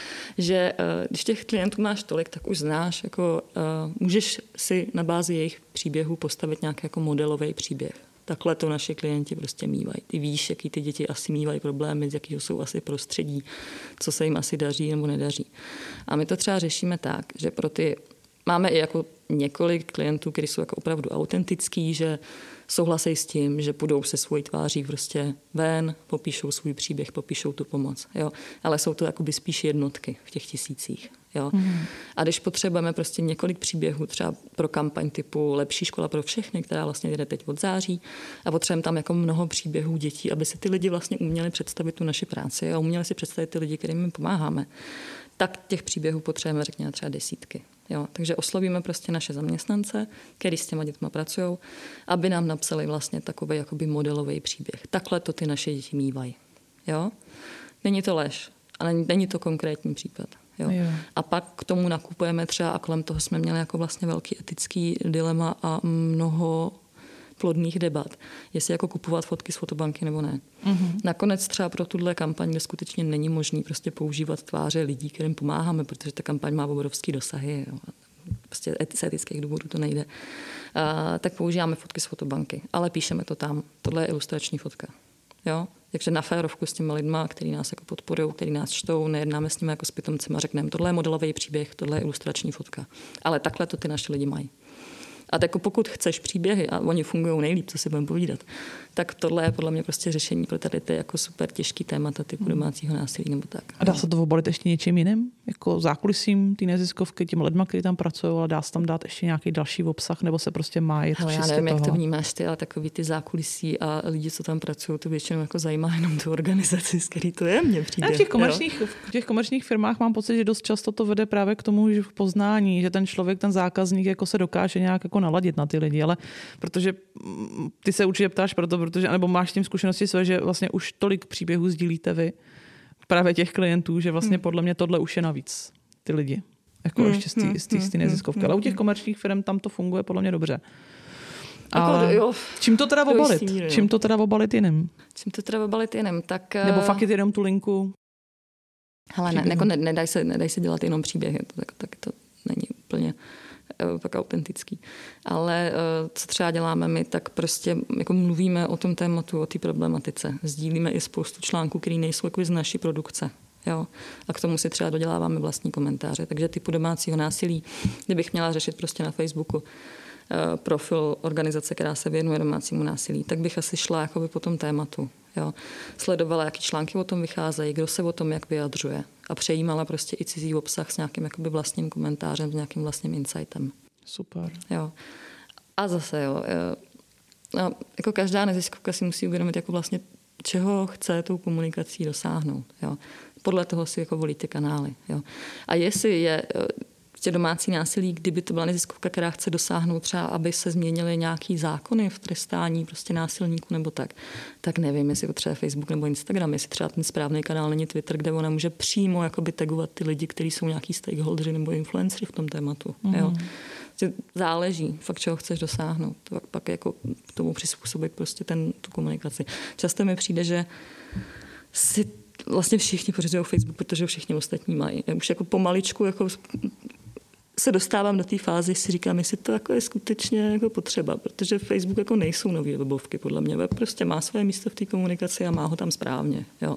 Že když těch klientů máš tolik, tak už znáš, jako, můžeš si na bázi jejich příběhů postavit nějaký jako modelový příběh. Takhle to naši klienti prostě mívají. Ty víš, jaký ty děti asi mívají problémy, z jakého jsou asi prostředí, co se jim asi daří nebo nedaří. A my to třeba řešíme tak, že pro ty máme i jako několik klientů, kteří jsou jako opravdu autentický, že souhlasí s tím, že půjdou se svojí tváří prostě ven, popíšou svůj příběh, popíšou tu pomoc. Jo. Ale jsou to jakoby spíš jednotky v těch tisících. Jo. A když potřebujeme prostě několik příběhů třeba pro kampaň typu Lepší škola pro všechny, která vlastně jde teď od září a potřebujeme tam jako mnoho příběhů dětí, aby si ty lidi vlastně uměli představit tu naši práci a uměli si představit ty lidi, kterým jim pomáháme, tak těch příběhů potřebujeme řekněme třeba desítky. Jo, takže oslovíme prostě naše zaměstnance, kteří s těma dětma pracují, aby nám napsali vlastně takový jakoby modelový příběh. Takhle to ty naše děti mívají. Jo? Není to lež, ale není to konkrétní případ. Jo? Jo. A pak k tomu nakupujeme třeba, a kolem toho jsme měli jako vlastně velký etický dilema a mnoho plodných debat, jestli jako kupovat fotky z fotobanky nebo ne. Nakonec třeba pro tuhle kampaň, kde skutečně není možný prostě používat tváře lidí, kterým pomáháme, protože ta kampaň má obrovský dosahy, jo. Prostě z etických důvodů to nejde, tak používáme fotky z fotobanky, ale píšeme to tam. Tohle je ilustrační fotka. Jo? Takže na férovku s těma lidma, který nás jako podporují, který nás čtou, nejednáme s nimi jako s pitomcema, řekneme, tohle je modelový příběh, tohle je ilustrační fotka. Ale takhle to ty naše lidi mají. A jako pokud chceš příběhy, a oni fungují nejlíp, co si budeme povídat, tak tohle je podle mě prostě řešení pro tady ty jako super těžký témata typu domácího násilí nebo tak. A dá se to obalit ještě něčím jiným? jako zákulisím té neziskovky, těm lidma, kteří tam pracují, ale dá se tam dát ještě nějaký další obsah, nebo se prostě má jít já nevím, jak to vnímáš ty, ale takový ty zákulisí a lidi, co tam pracují, to většinou jako zajímá jenom tu organizaci, z který to je, mně přijde. V těch komerčních firmách mám pocit, že dost často to vede právě k tomu, že v poznání, že ten člověk, ten zákazník jako se dokáže nějak jako naladit na ty lidi, ale protože ty se určitě ptáš proto, protože, nebo máš tím zkušenosti své, že vlastně už tolik příběhů sdílíte vy, právě těch klientů, že vlastně podle mě tohle už je navíc ty lidi. Jako ještě z té neziskovky. Ale u těch komerčních firm tam to funguje podle mě dobře. Ale čím to teda obalit? Čím to teda obalit jiným? Čím to teda obalit jiným? Tak, nebo fakt je jenom tu linku? Hele, nedají se dělat jenom příběhy. Tak to není úplně tak autentický. Ale co třeba děláme my, tak prostě jako mluvíme o tom tématu, o té problematice. Sdílíme i spoustu článků, které nejsou jako z naší produkce. Jo? A k tomu si třeba doděláváme vlastní komentáře. Takže typu domácího násilí, kdybych měla řešit prostě na Facebooku profil organizace, která se věnuje domácímu násilí, tak bych asi šla jakoby po tom tématu. Jo? Sledovala, jaký články o tom vycházejí, kdo se o tom jak vyjadřuje a přejímala prostě i cizí obsah s nějakým jakoby vlastním komentářem, s nějakým vlastním insightem. Super. Jo. A zase, jako každá neziskovka si musí uvědomit, jako vlastně, čeho chce tou komunikací dosáhnout. Jo. Podle toho si jako volí ty kanály. Jo. A jestli je domácí násilí, kdyby to byla neziskovka, která chce dosáhnout třeba, aby se změnily nějaký zákony v trestání prostě násilníků nebo tak nevím, jestli potřebuje Facebook nebo Instagram, jestli třeba ten správný kanál není Twitter, kde ona může přímo jakoby tagovat ty lidi, kteří jsou nějaký stakeholderi nebo influenceri v tom tématu. Jo. Záleží, fakt, čeho chceš dosáhnout. Pak jako k tomu přizpůsobit prostě tu komunikaci. Často mi přijde, že si vlastně všichni pořizují Facebook, protože ho všichni ostatní mají. Já už jako pomaličku jako se dostávám do té fázy, si říkám, jestli to jako je skutečně jako potřeba, protože Facebook jako nejsou nový webovky, podle mě. Web prostě má své místo v té komunikaci a má ho tam správně. Jo.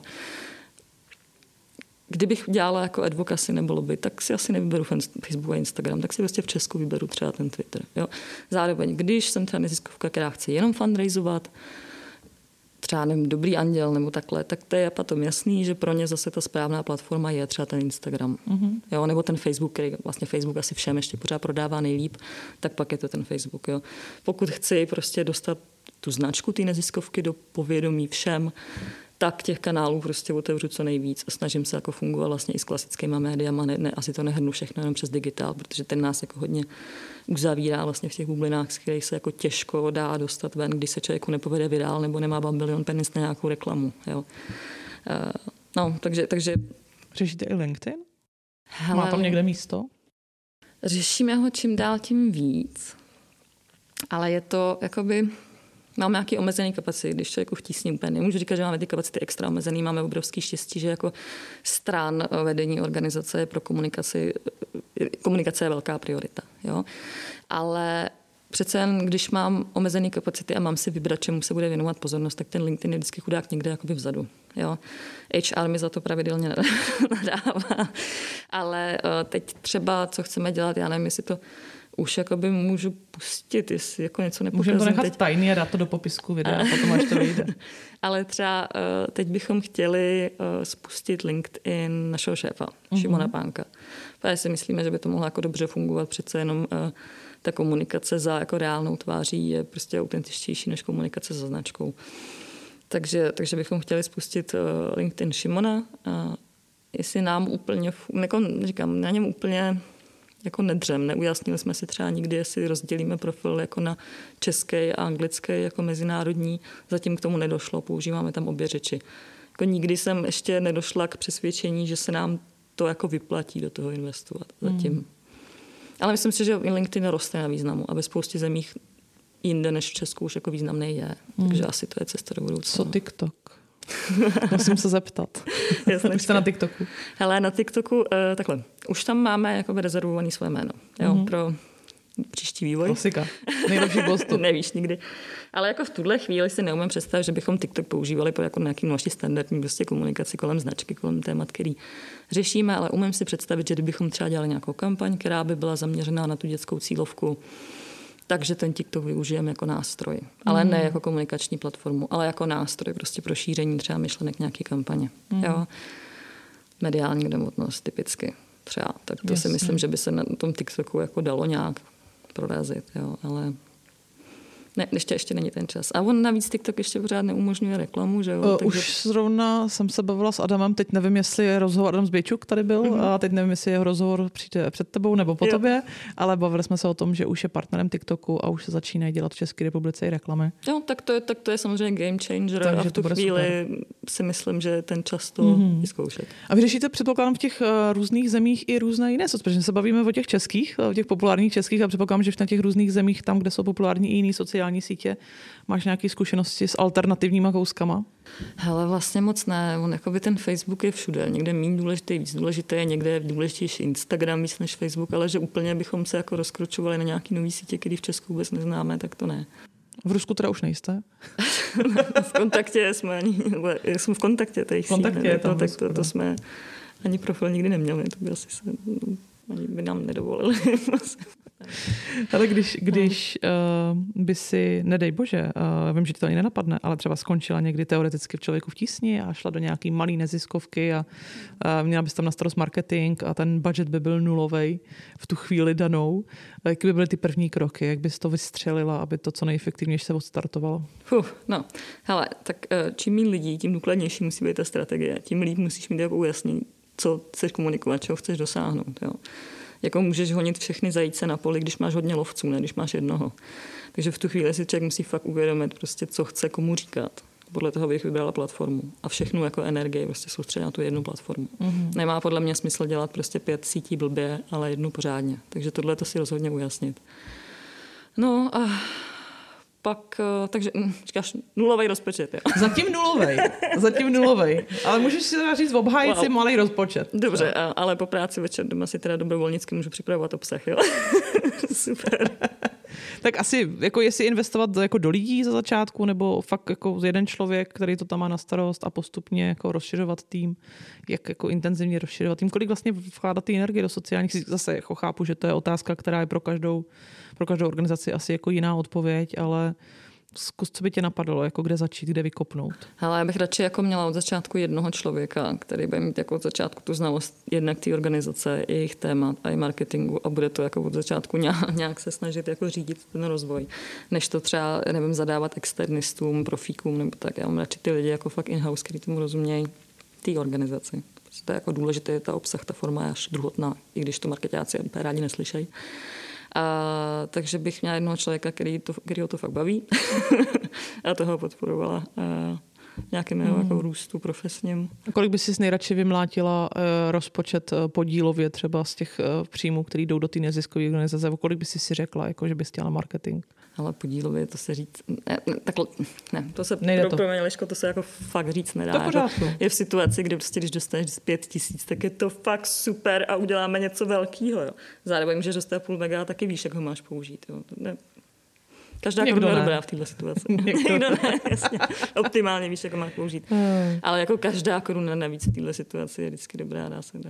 Kdybych dělala jako advocacy nebo lobby, tak si asi nevyberu Facebook a Instagram, tak si prostě v Česku vyberu třeba ten Twitter. Jo. Zároveň, když jsem třeba neziskovka, která chce jenom fundraizovat, třeba nevím, Dobrý anděl nebo takhle, tak to je potom jasný, že pro ně zase ta správná platforma je třeba ten Instagram. Jo, nebo ten Facebook, který vlastně Facebook asi všem ještě pořád prodává nejlíp, tak pak je to ten Facebook. Jo. Pokud chci prostě dostat tu značku té neziskovky do povědomí všem, tak těch kanálů prostě otevřu co nejvíc a snažím se jako fungovat vlastně i s klasickýma médiama. Asi to nehrnu všechno jenom přes digitál, protože ten nás jako hodně uzavírá vlastně v těch bublinách, z kterých se jako těžko dá dostat ven, když se člověku nepovede virál nebo nemá bambilion peněz na nějakou reklamu. Jo. Takže... Řešíte i LinkedIn? Má tam někde místo? Řešíme ho čím dál tím víc, ale je to jakoby... Máme nějaký omezený kapacity, když člověku vtísní úplně. Nemůžu říkat, že máme ty kapacity extra omezený, máme obrovský štěstí, že jako stran vedení organizace pro komunikace je velká priorita. Jo? Ale přece jen, když mám omezený kapacity a mám si vybrat, čemu se bude věnovat pozornost, tak ten LinkedIn je vždycky chudák někde jakoby vzadu. Jo? HR mi za to pravidelně nadává. Ale teď třeba, co chceme dělat, já nevím, jestli to už jakoby můžu pustit, jestli jako něco nepokazím. Můžeme to nechat teď tajný a dát to do popisku videa a potom až to vyjde. Ale třeba teď bychom chtěli spustit LinkedIn našeho šéfa, Šimona Pánka. Protože si myslíme, že by to mohlo jako dobře fungovat, přece jenom ta komunikace za jako reálnou tváří je prostě autentičtější než komunikace za značkou. Takže bychom chtěli spustit LinkedIn Šimona. Jestli nám úplně, jako říkám, na něm úplně jako nedřem. Neujasnili jsme si třeba nikdy, jestli rozdělíme profil jako na český a anglický, jako mezinárodní. Zatím k tomu nedošlo, používáme tam obě řeči. Jako nikdy jsem ještě nedošla k přesvědčení, že se nám to jako vyplatí do toho investovat zatím. Ale myslím si, že LinkedIn roste na významu a ve spoustě zemích jinde než v Česku už jako významný je. Takže asi to je cesta do budoucna. Co TikTok? Musím se zeptat. Už jste na TikToku? Hele, na TikToku takhle. Už tam máme jakoby rezervovaný své jméno. Jo, pro příští vývoj. Klasika. Nejlepší postup. Nevíš nikdy. Ale jako v tuhle chvíli si neumím představit, že bychom TikTok používali pro jako nějaký naší standardní prostě komunikaci kolem značky, kolem témat, který řešíme, ale umím si představit, že kdybychom třeba dělali nějakou kampaň, která by byla zaměřená na tu dětskou cílovku, takže ten TikTok využijeme jako nástroj. Ale ne jako komunikační platformu, ale jako nástroj prostě pro šíření třeba myšlenek nějaké kampaně. Jo? Mediální gramotnost typicky. třeba. Tak to si myslím, že by se na tom TikToku jako dalo nějak prorazit, jo, ale ne, ještě není ten čas. A on navíc TikTok ještě pořád neumožňuje reklamu, že jo? Už zrovna jsem se bavila s Adamem, teď nevím, jestli je rozhovor, Adam Zbějčuk tady byl, a teď nevím, jestli jeho rozhovor přijde před tebou nebo po tobě, ale bavili jsme se o tom, že už je partnerem TikToku a už se začínají dělat v České republice i reklamy. Jo, tak to je samozřejmě game changer. Takže a v tu chvíli super. Si myslím, že ten čas to vyzkoušet. A vy řešíte, předpokládám, v těch různých zemích i různé jiné soc, protože se bavíme o těch českých, o těch populárních českých a předpokládám, že v těch různých zemích, tam, kde jsou populární i jiný sociální sítě, máš nějaké zkušenosti s alternativníma kouskama? Hele, vlastně moc ne. On jakoby ten Facebook je všude. Někde méně důležitý, víc důležitý, někde je důležitější Instagram víc než Facebook, ale že úplně bychom se jako rozkročovali na nějaký nový sítě, který v Česku vůbec neznáme, tak to ne. V Rusku teda už nejste? V kontaktě jsme jsme v kontaktě tady to jsme ani profil nikdy neměli, to by asi ani by nám nedovolili. Ale když by si, nedej bože, vím, že ti to ani nenapadne, ale třeba skončila někdy teoreticky v Člověku v tísni a šla do nějaký malý neziskovky a měla bys tam na starost marketing a ten budget by byl nulovej v tu chvíli danou. Jaké by byly ty první kroky? Jak bys to vystřelila, aby to co nejefektivněji se odstartovalo? No, hele, tak čím méně lidí, tím důkladnější musí být ta strategie. Tím líp musíš mít jako ujasnění, co chceš komunikovat, čeho chceš dosáhnout. Jo. Jako můžeš honit všechny zajíce na poli, když máš hodně lovců, ne když máš jednoho. Takže v tu chvíli si člověk musí fakt uvědomit, prostě, co chce komu říkat. Podle toho bych vybrala platformu. A všechnu jako energii prostě soustředit na tu jednu platformu. Nemá podle mě smysl dělat prostě 5 sítí blbě, ale jednu pořádně. Takže tohle to si rozhodně ujasnit. No a pak, takže říkáš nulový rozpočet. Jo. Zatím nulovej. Ale můžeš si říct v obhájci malý rozpočet. Dobře, ale po práci večer doma si teda dobrovolnicky můžu připravovat obsah. Jo? Super. Tak asi, jako jestli investovat jako do lidí za začátku, nebo fakt jako jeden člověk, který to tam má na starost a postupně jako rozšiřovat tým, jak jako intenzivně rozšiřovat tým, kolik vlastně vkládat ty energie do sociálních sítí. Zase jako chápu, že to je otázka, která je pro každou organizaci asi jako jiná odpověď, ale zkus, co by tě napadlo, jako kde začít, kde vykopnout. Ale já bych radši jako měla od začátku jednoho člověka, který bude mít jako od začátku tu znalost jednak té organizace, jejich témat a i marketingu a bude to jako od začátku nějak se snažit jako řídit ten rozvoj, než to třeba, nevím, zadávat externistům, profíkům nebo tak. Já mám radši ty lidi jako fakt in-house, který tomu rozumějí té organizaci. To je jako důležité, ta obsah, ta forma je až druhotná, i když to marketáci úplně rádi neslyšejí. Takže bych měla jednoho člověka, který ho to fakt baví a toho podporovala nějakým jako růstu profesním. A kolik by si nejradši vymlátila rozpočet podílově třeba z těch příjmů, který jdou do té neziskové organizace? O kolik by si řekla, jako, že bys chtěla marketing? Ale podílově, to se říct... Ne, to se pro mě, Liško, to se jako fakt říct nedá. To je v situaci, kdy prostě, když dostaneš 5 000, tak je to fakt super a uděláme něco velkého. Zároveň, že dostane půl mega, taky víš, jak ho máš použít. Jo. Každá koruna je dobrá v této situaci. Někdo ne, jasně. Optimálně víš, jak ho máš použít. Ale jako každá koruna navíc v této situaci je vždycky dobrá, dá se.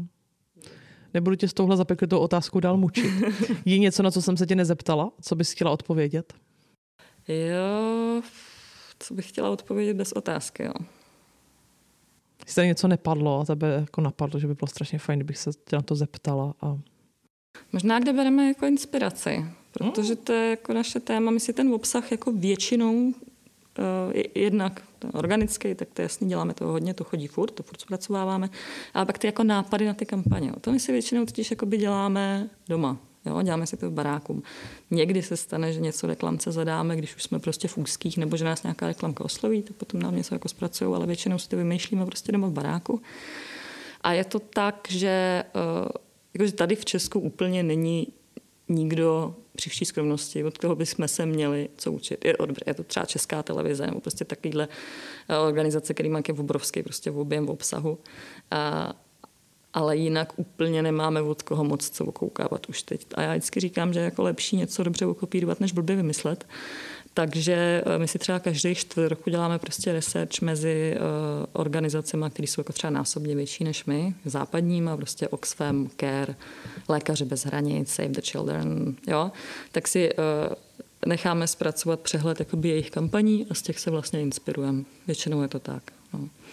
Nebudu tě s touhle zapeklitou otázkou dál mučit. Je něco, na co jsem se tě nezeptala? Co bys chtěla odpovědět? Jo, co bych chtěla odpovědět bez otázky, jo. Jestli tady něco nepadlo a tebe jako napadlo, že by bylo strašně fajn, kdybych se tě na to zeptala. Možná, kde bereme jako inspiraci, protože to je jako naše téma. My si ten obsah jako většinou jednak organický, tak to jasně děláme toho hodně, to chodí furt, to furt zpracováváme, ale pak ty jako nápady na ty kampaně. To my si většinou totiž jakoby děláme doma. Jo, děláme si to v baráku. Někdy se stane, že něco reklamce zadáme, když už jsme prostě v úzkých, nebo že nás nějaká reklamka osloví, tak potom nám něco jako zpracují, ale většinou si to vymýšlíme prostě doma v baráku. A je to tak, že jakože tady v Česku úplně není nikdo při vší skromnosti, od koho bychom se měli co učit. Je to třeba Česká televize nebo prostě takovýhle organizace, který má obrovský prostě objem v obsahu. Ale jinak úplně nemáme od koho moc co okoukávat už teď. A já vždycky říkám, že je jako lepší něco dobře okopírovat, než blbě vymyslet. Takže my si třeba každý čtvrt roku děláme prostě research mezi organizacemi, které jsou jako třeba násobně větší než my, západníma, prostě Oxfam, CARE, Lékaři bez hranic, Save the Children, jo. Tak si necháme zpracovat přehled jakoby jejich kampaní a z těch se vlastně inspirujeme. Většinou je to tak. No.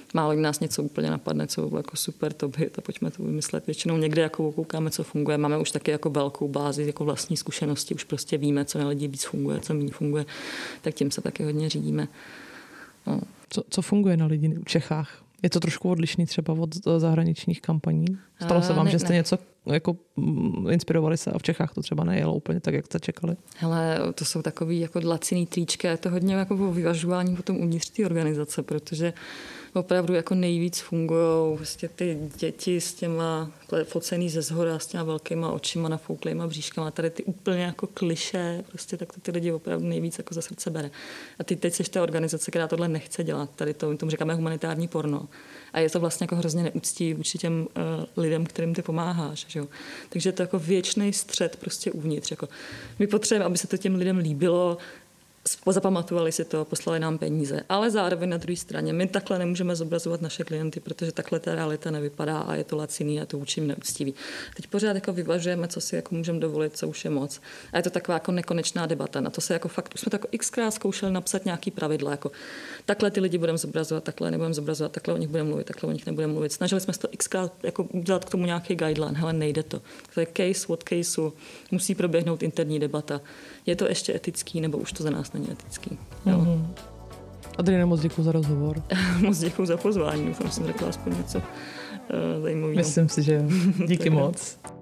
Málo nás něco úplně napadne, co bylo jako super, to pojďme to vymyslet. Většinou někde jako koukáme, co funguje. Máme už taky jako velkou bázi, jako vlastní zkušenosti, už prostě víme, co na lidi víc funguje, co méně funguje, tak tím se taky hodně řídíme. No. Co funguje na lidi v Čechách? Je to trošku odlišný třeba od zahraničních kampaní? Stalo se vám, že jste něco jako inspirovali se a v Čechách to třeba nejelo úplně tak, jak jste čekali? Hele, to jsou takový jako laciný tričky a je to hodně jako o vyvažování potom uvnitř té organizace, protože opravdu jako nejvíc fungují vlastně ty děti s těma focený ze zhora, s těma velkýma očima, nafouklejma bříškama, tady ty úplně jako klišé, prostě tak to ty lidi opravdu nejvíc jako za srdce bere. A ty teď seš ta organizace, která tohle nechce dělat, tady tomu říkáme humanitární porno. A je to vlastně jako hrozně neúctí vůči těm lidem, kterým ty pomáháš. Že jo? Takže to jako věčný střed prostě uvnitř. Jako my potřebujeme, aby se to těm lidem líbilo, zapamatovali si to, poslali nám peníze. Ale zároveň na druhé straně my takhle nemůžeme zobrazovat naše klienty, protože takhle ta realita nevypadá a je to laciný a to vůči neúctivý. Teď pořád jako vyvažujeme, co si jako můžeme dovolit, co už je moc. A je to taková jako nekonečná debata. Na to se jako fakt, už jsme tak xkrát zkoušeli napsat nějaký pravidla, jako takhle ty lidi budeme zobrazovat, takhle nebudeme zobrazovat, takhle o nich budeme mluvit, takhle o nich nebudeme mluvit. Snažili jsme se to xkrát jako udělat k tomu nějaký guideline, hele, nejde to. To je case od caseu, musí proběhnout interní debata. Je to ještě etický, nebo už to za nás není etický. Mm-hmm. Adriane, moc děkuji za rozhovor. Moc děkuji za pozvání. Doufám, že jsem řekla aspoň něco zajímavého. Myslím si, že díky moc.